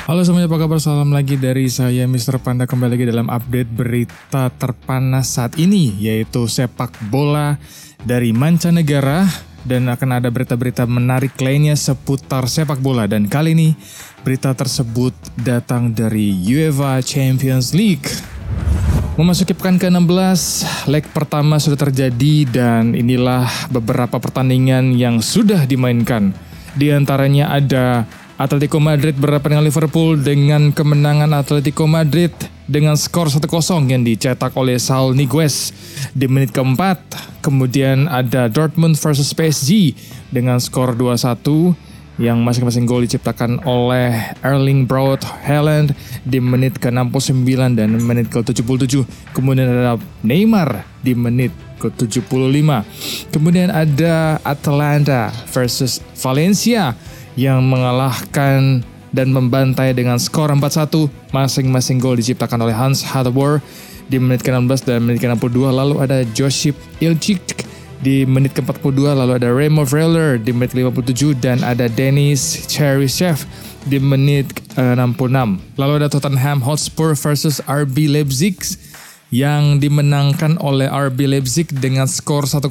Halo semuanya, apa kabar? Salam lagi dari saya Mr. Panda, kembali lagi dalam update berita terpanas saat ini, yaitu sepak bola dari mancanegara, dan akan ada berita-berita menarik lainnya seputar sepak bola. Dan kali ini berita tersebut datang dari UEFA Champions League. Memasuki pekan ke-16, leg pertama sudah terjadi dan inilah beberapa pertandingan yang sudah dimainkan. Di antaranya ada Atletico Madrid berhadapan dengan Liverpool, dengan kemenangan Atletico Madrid dengan skor 1-0 yang dicetak oleh Saul Niguez di menit keempat. Kemudian ada Dortmund versus PSG dengan skor 2-1 yang masing-masing gol diciptakan oleh Erling Braut Haaland di menit ke-69 dan menit ke-77. Kemudian ada Neymar di menit ke-75. Kemudian ada Atalanta versus Valencia yang mengalahkan dan membantai dengan skor 4-1. Masing-masing gol diciptakan oleh Hans Hathawar di menit ke-16 dan menit ke-62. Lalu ada Josip Ilicic di menit ke-42. Lalu ada Remo Freuler di menit ke-57. Dan ada Denis Cheryshev di menit ke-66. Lalu ada Tottenham Hotspur versus RB Leipzig yang dimenangkan oleh RB Leipzig dengan skor 1-0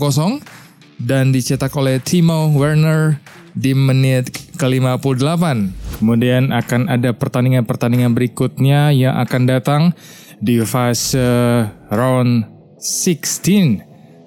dan dicetak oleh Timo Werner di menit ke-58. Kemudian akan ada pertandingan-pertandingan berikutnya yang akan datang di fase round 16.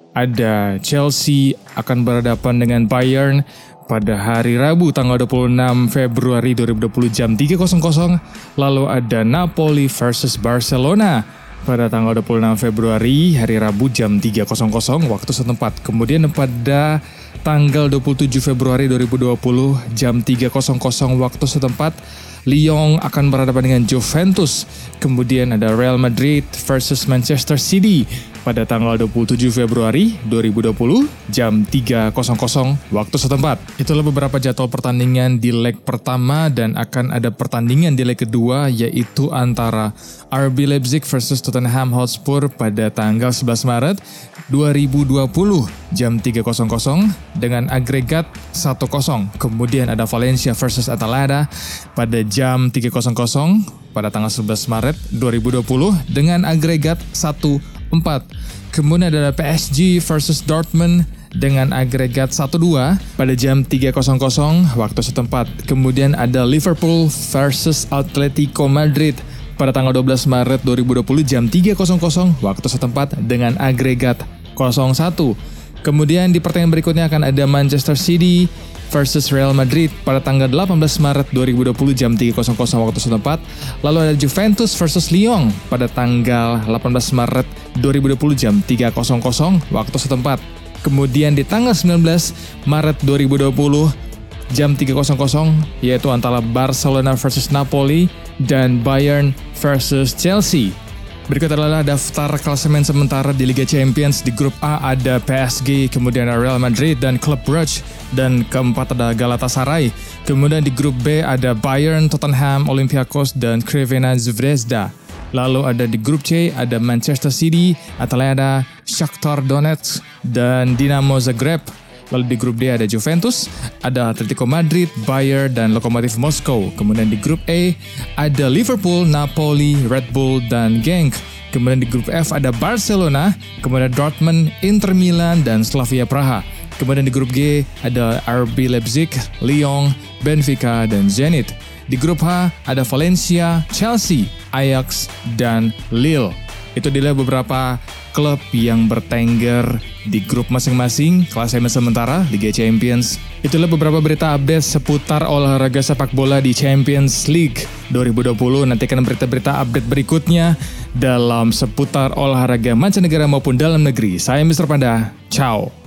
Ada Chelsea akan berhadapan dengan Bayern pada hari Rabu tanggal 26 Februari 2020 jam 3.00. Lalu ada Napoli versus Barcelona pada tanggal 26 Februari hari Rabu jam 3.00 waktu setempat. Kemudian pada tanggal 27 Februari 2020 jam 3.00 waktu setempat, Lyon akan berhadapan dengan Juventus. Kemudian ada Real Madrid versus Manchester City pada tanggal 27 Februari 2020 jam 3.00 waktu setempat. Itulah beberapa jadwal pertandingan di leg pertama, dan akan ada pertandingan di leg kedua, yaitu antara RB Leipzig versus Tottenham Hotspur pada tanggal 11 Maret 2020 jam 3.00 dengan agregat 1-0. Kemudian ada Valencia versus Atalanta pada jam 3.00 pada tanggal 11 Maret 2020 dengan agregat 1-4. Kemudian ada PSG versus Dortmund dengan agregat 1-2 pada jam 3.00 waktu setempat. Kemudian ada Liverpool versus Atletico Madrid pada tanggal 12 Maret 2020 jam 3.00 waktu setempat dengan agregat 0-1. Kemudian di pertandingan berikutnya akan ada Manchester City versus Real Madrid pada tanggal 18 Maret 2020 jam 3.00 waktu setempat. Lalu ada Juventus versus Lyon pada tanggal 18 Maret 2020 jam 3.00 waktu setempat. Kemudian di tanggal 19 Maret 2020 jam 3.00 yaitu antara Barcelona versus Napoli dan Bayern versus Chelsea. Berikut adalah daftar klasemen sementara di Liga Champions. Di grup A ada PSG, kemudian ada Real Madrid dan Club Brugge, dan keempat ada Galatasaray. Kemudian di grup B ada Bayern, Tottenham, Olympiakos, dan Crvena Zvezda. Lalu ada di grup C ada Manchester City, Atalanta, Shakhtar Donetsk, dan Dinamo Zagreb. Lalu di grup D ada Juventus, ada Atletico Madrid, Bayern, dan Lokomotiv Moskow. Kemudian di grup E ada Liverpool, Napoli, Red Bull, dan Genk. Kemudian di grup F ada Barcelona, kemudian Dortmund, Inter Milan, dan Slavia Praha. Kemudian di grup G ada RB Leipzig, Lyon, Benfica, dan Zenit. Di grup H ada Valencia, Chelsea, Ajax, dan Lille. Itu adalah beberapa klub yang bertengger di grup masing-masing klasemen sementara Liga Champions. Itulah beberapa berita update seputar olahraga sepak bola di Champions League 2020. Nantikan berita-berita update berikutnya dalam seputar olahraga mancanegara maupun dalam negeri. Saya Mr. Panda, ciao.